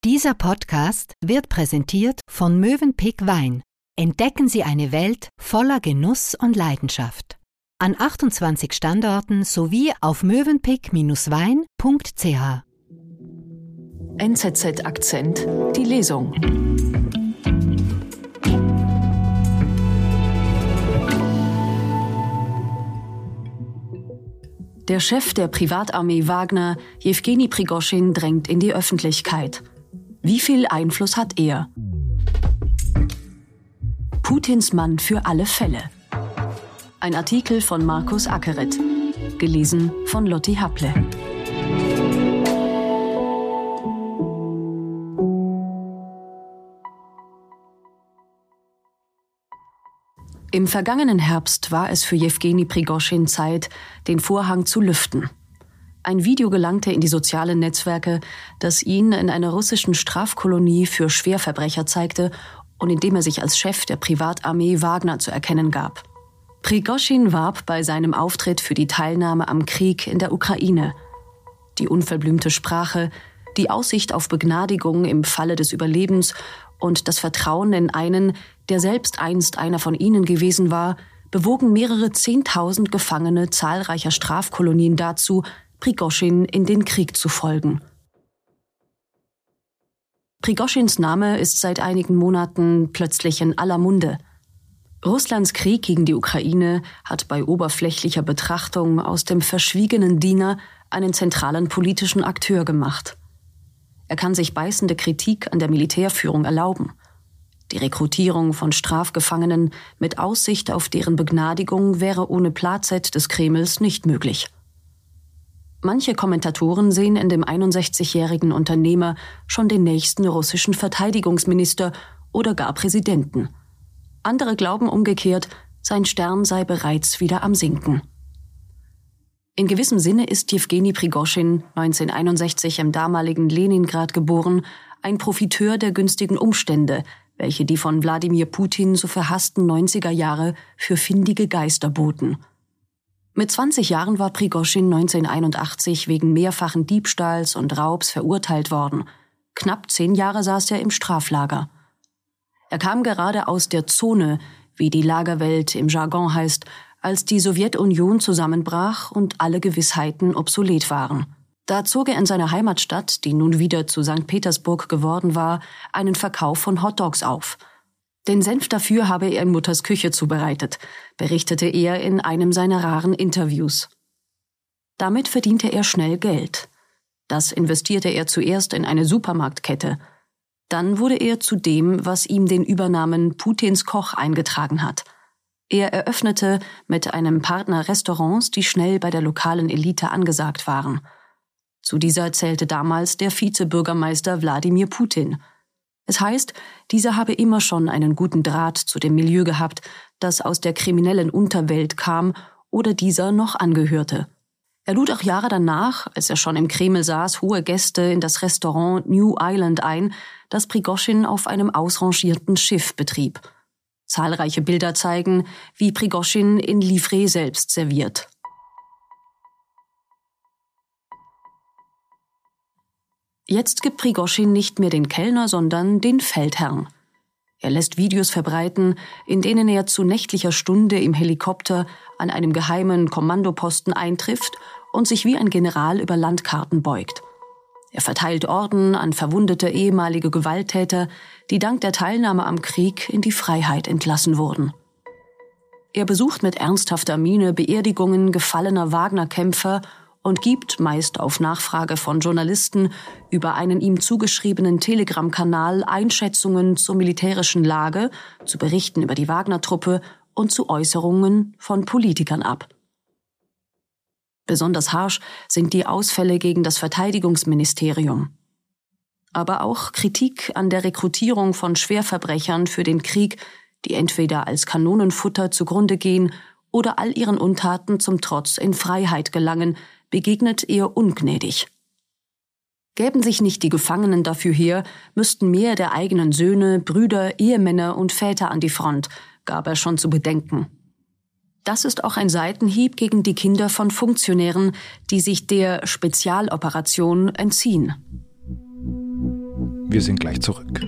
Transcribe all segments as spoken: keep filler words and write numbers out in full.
Dieser Podcast wird präsentiert von Mövenpick Wein. Entdecken Sie eine Welt voller Genuss und Leidenschaft. An achtundzwanzig Standorten sowie auf mövenpick Wein punkt c h. N Z Z-Akzent, die Lesung. Der Chef der Privatarmee Wagner, Jewgeni Prigoschin, drängt in die Öffentlichkeit. Wie viel Einfluss hat er? Putins Mann für alle Fälle. Ein Artikel von Markus Ackeret, gelesen von Lotti Happle. Im vergangenen Herbst war es für Jewgeni Prigoschin Zeit, den Vorhang zu lüften. Ein Video gelangte in die sozialen Netzwerke, das ihn in einer russischen Strafkolonie für Schwerverbrecher zeigte und in dem er sich als Chef der Privatarmee Wagner zu erkennen gab. Prigoschin warb bei seinem Auftritt für die Teilnahme am Krieg in der Ukraine. Die unverblümte Sprache, die Aussicht auf Begnadigung im Falle des Überlebens und das Vertrauen in einen, der selbst einst einer von ihnen gewesen war, bewogen mehrere Zehntausend Gefangene zahlreicher Strafkolonien dazu, Prigoschin in den Krieg zu folgen. Prigoschins Name ist seit einigen Monaten plötzlich in aller Munde. Russlands Krieg gegen die Ukraine hat bei oberflächlicher Betrachtung aus dem verschwiegenen Diener einen zentralen politischen Akteur gemacht. Er kann sich beißende Kritik an der Militärführung erlauben. Die Rekrutierung von Strafgefangenen mit Aussicht auf deren Begnadigung wäre ohne Plazett des Kremls nicht möglich. Manche Kommentatoren sehen in dem einundsechzigjährigen Unternehmer schon den nächsten russischen Verteidigungsminister oder gar Präsidenten. Andere glauben umgekehrt, sein Stern sei bereits wieder am Sinken. In gewissem Sinne ist Jewgeni Prigoschin, neunzehnhunderteinundsechzig im damaligen Leningrad geboren, ein Profiteur der günstigen Umstände, welche die von Wladimir Putin so verhassten neunziger Jahre für findige Geister boten. Mit zwanzig Jahren war Prigoschin neunzehnhunderteinundachtzig wegen mehrfachen Diebstahls und Raubs verurteilt worden. Knapp zehn Jahre saß er im Straflager. Er kam gerade aus der Zone, wie die Lagerwelt im Jargon heißt, als die Sowjetunion zusammenbrach und alle Gewissheiten obsolet waren. Da zog er in seiner Heimatstadt, die nun wieder zu Sankt Petersburg geworden war, einen Verkauf von Hotdogs auf. Den Senf dafür habe er in Mutters Küche zubereitet, berichtete er in einem seiner raren Interviews. Damit verdiente er schnell Geld. Das investierte er zuerst in eine Supermarktkette. Dann wurde er zu dem, was ihm den Übernamen Putins Koch eingetragen hat. Er eröffnete mit einem Partner Restaurants, die schnell bei der lokalen Elite angesagt waren. Zu dieser zählte damals der Vizebürgermeister Wladimir Putin. Es heißt, dieser habe immer schon einen guten Draht zu dem Milieu gehabt, das aus der kriminellen Unterwelt kam oder dieser noch angehörte. Er lud auch Jahre danach, als er schon im Kreml saß, hohe Gäste in das Restaurant New Island ein, das Prigoschin auf einem ausrangierten Schiff betrieb. Zahlreiche Bilder zeigen, wie Prigoschin in Livree selbst serviert. Jetzt gibt Prigoschin nicht mehr den Kellner, sondern den Feldherrn. Er lässt Videos verbreiten, in denen er zu nächtlicher Stunde im Helikopter an einem geheimen Kommandoposten eintrifft und sich wie ein General über Landkarten beugt. Er verteilt Orden an verwundete ehemalige Gewalttäter, die dank der Teilnahme am Krieg in die Freiheit entlassen wurden. Er besucht mit ernsthafter Miene Beerdigungen gefallener Wagner-Kämpfer und gibt, meist auf Nachfrage von Journalisten, über einen ihm zugeschriebenen Telegram-Kanal Einschätzungen zur militärischen Lage, zu Berichten über die Wagner-Truppe und zu Äußerungen von Politikern ab. Besonders harsch sind die Ausfälle gegen das Verteidigungsministerium. Aber auch Kritik an der Rekrutierung von Schwerverbrechern für den Krieg, die entweder als Kanonenfutter zugrunde gehen oder all ihren Untaten zum Trotz in Freiheit gelangen, begegnet eher ungnädig. Gäben sich nicht die Gefangenen dafür her, müssten mehr der eigenen Söhne, Brüder, Ehemänner und Väter an die Front, gab er schon zu bedenken. Das ist auch ein Seitenhieb gegen die Kinder von Funktionären, die sich der Spezialoperation entziehen. Wir sind gleich zurück.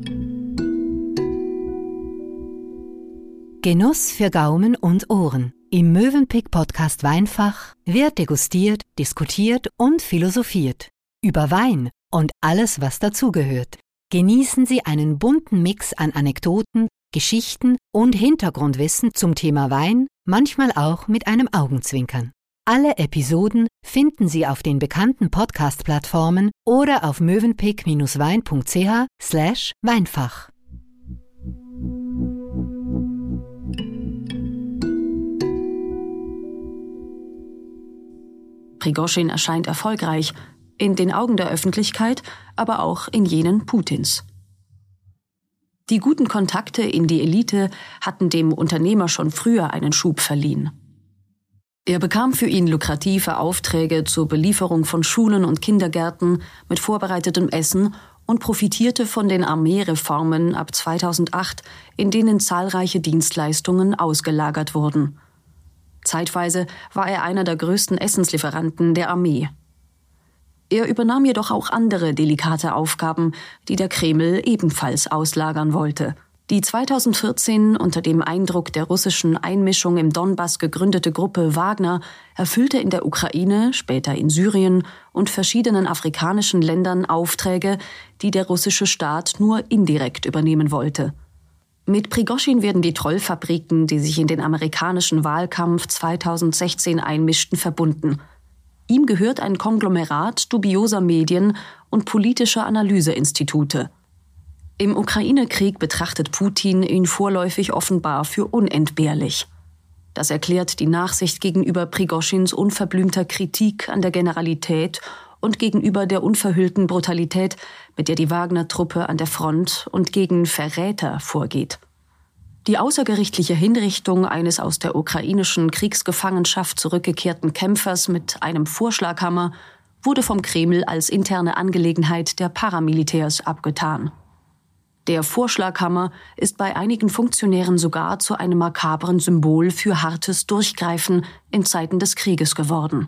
Genuss für Gaumen und Ohren. Im Mövenpick-Podcast Weinfach wird degustiert, diskutiert und philosophiert. Über Wein und alles, was dazugehört. Genießen Sie einen bunten Mix an Anekdoten, Geschichten und Hintergrundwissen zum Thema Wein, manchmal auch mit einem Augenzwinkern. Alle Episoden finden Sie auf den bekannten Podcast-Plattformen oder auf mövenpick-wein.ch slash Weinfach. Prigoschin erscheint erfolgreich, in den Augen der Öffentlichkeit, aber auch in jenen Putins. Die guten Kontakte in die Elite hatten dem Unternehmer schon früher einen Schub verliehen. Er bekam für ihn lukrative Aufträge zur Belieferung von Schulen und Kindergärten mit vorbereitetem Essen und profitierte von den Armeereformen ab zweitausendacht, in denen zahlreiche Dienstleistungen ausgelagert wurden. Zeitweise war er einer der größten Essenslieferanten der Armee. Er übernahm jedoch auch andere delikate Aufgaben, die der Kreml ebenfalls auslagern wollte. Die zweitausendvierzehn unter dem Eindruck der russischen Einmischung im Donbass gegründete Gruppe Wagner erfüllte in der Ukraine, später in Syrien und verschiedenen afrikanischen Ländern Aufträge, die der russische Staat nur indirekt übernehmen wollte. Mit Prigoschin werden die Trollfabriken, die sich in den amerikanischen Wahlkampf zweitausendsechzehn einmischten, verbunden. Ihm gehört ein Konglomerat dubioser Medien und politischer Analyseinstitute. Im Ukraine-Krieg betrachtet Putin ihn vorläufig offenbar für unentbehrlich. Das erklärt die Nachsicht gegenüber Prigoschins unverblümter Kritik an der Generalität und gegenüber der unverhüllten Brutalität, mit der die Wagner-Truppe an der Front und gegen Verräter vorgeht. Die außergerichtliche Hinrichtung eines aus der ukrainischen Kriegsgefangenschaft zurückgekehrten Kämpfers mit einem Vorschlaghammer wurde vom Kreml als interne Angelegenheit der Paramilitärs abgetan. Der Vorschlaghammer ist bei einigen Funktionären sogar zu einem makabren Symbol für hartes Durchgreifen in Zeiten des Krieges geworden.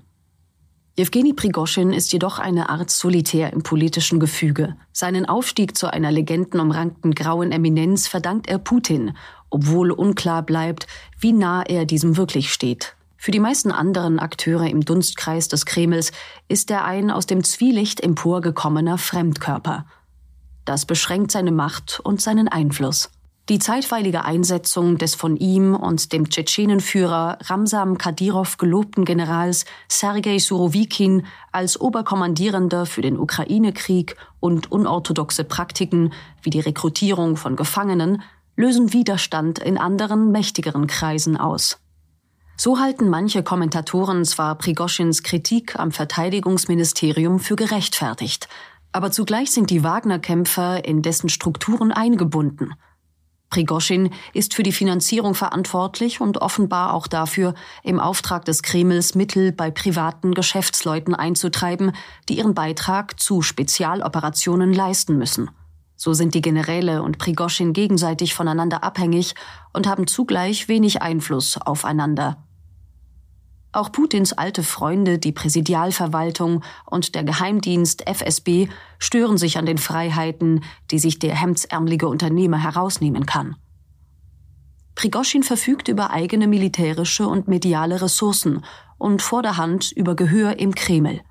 Jewgeni Prigoschin ist jedoch eine Art Solitär im politischen Gefüge. Seinen Aufstieg zu einer legendenumrankten grauen Eminenz verdankt er Putin, obwohl unklar bleibt, wie nah er diesem wirklich steht. Für die meisten anderen Akteure im Dunstkreis des Kremls ist er ein aus dem Zwielicht emporgekommener Fremdkörper. Das beschränkt seine Macht und seinen Einfluss. Die zeitweilige Einsetzung des von ihm und dem Tschetschenenführer Ramsam Kadyrov gelobten Generals Sergei Surowikin als Oberkommandierender für den Ukraine-Krieg und unorthodoxe Praktiken wie die Rekrutierung von Gefangenen lösen Widerstand in anderen, mächtigeren Kreisen aus. So halten manche Kommentatoren zwar Prigoschins Kritik am Verteidigungsministerium für gerechtfertigt, aber zugleich sind die Wagner-Kämpfer in dessen Strukturen eingebunden. Prigoschin ist für die Finanzierung verantwortlich und offenbar auch dafür, im Auftrag des Kremls Mittel bei privaten Geschäftsleuten einzutreiben, die ihren Beitrag zu Spezialoperationen leisten müssen. So sind die Generäle und Prigoschin gegenseitig voneinander abhängig und haben zugleich wenig Einfluss aufeinander. Auch Putins alte Freunde, die Präsidialverwaltung und der Geheimdienst F S B, stören sich an den Freiheiten, die sich der hemdsärmelige Unternehmer herausnehmen kann. Prigoschin verfügt über eigene militärische und mediale Ressourcen und vorderhand über Gehör im Kreml.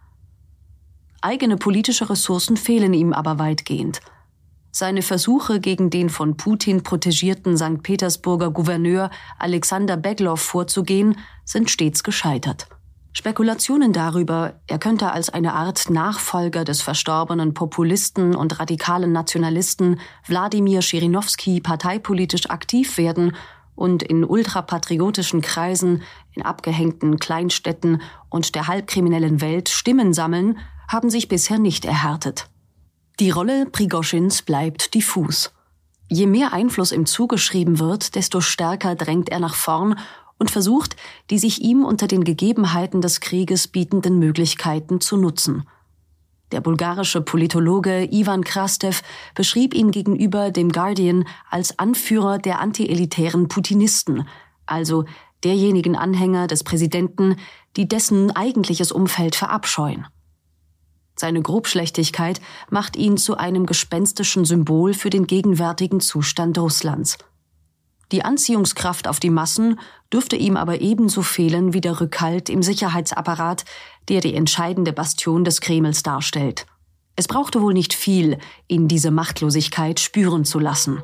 Eigene politische Ressourcen fehlen ihm aber weitgehend. Seine Versuche gegen den von Putin protegierten Sankt Petersburger Gouverneur Alexander Beglow vorzugehen, sind stets gescheitert. Spekulationen darüber, er könnte als eine Art Nachfolger des verstorbenen Populisten und radikalen Nationalisten Wladimir Schirinovsky parteipolitisch aktiv werden und in ultrapatriotischen Kreisen, in abgehängten Kleinstädten und der halbkriminellen Welt Stimmen sammeln, haben sich bisher nicht erhärtet. Die Rolle Prigoschins bleibt diffus. Je mehr Einfluss ihm zugeschrieben wird, desto stärker drängt er nach vorn und versucht, die sich ihm unter den Gegebenheiten des Krieges bietenden Möglichkeiten zu nutzen. Der bulgarische Politologe Ivan Krastev beschrieb ihn gegenüber dem Guardian als Anführer der antielitären Putinisten, also derjenigen Anhänger des Präsidenten, die dessen eigentliches Umfeld verabscheuen. Seine Grobschlächtigkeit macht ihn zu einem gespenstischen Symbol für den gegenwärtigen Zustand Russlands. Die Anziehungskraft auf die Massen dürfte ihm aber ebenso fehlen wie der Rückhalt im Sicherheitsapparat, der die entscheidende Bastion des Kremls darstellt. Es brauchte wohl nicht viel, ihn diese Machtlosigkeit spüren zu lassen.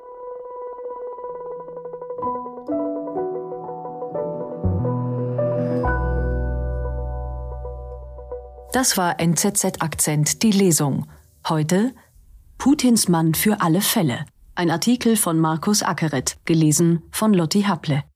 Das war N Z Z-Akzent, die Lesung. Heute Putins Mann für alle Fälle. Ein Artikel von Markus Ackeret, gelesen von Lotti Happle.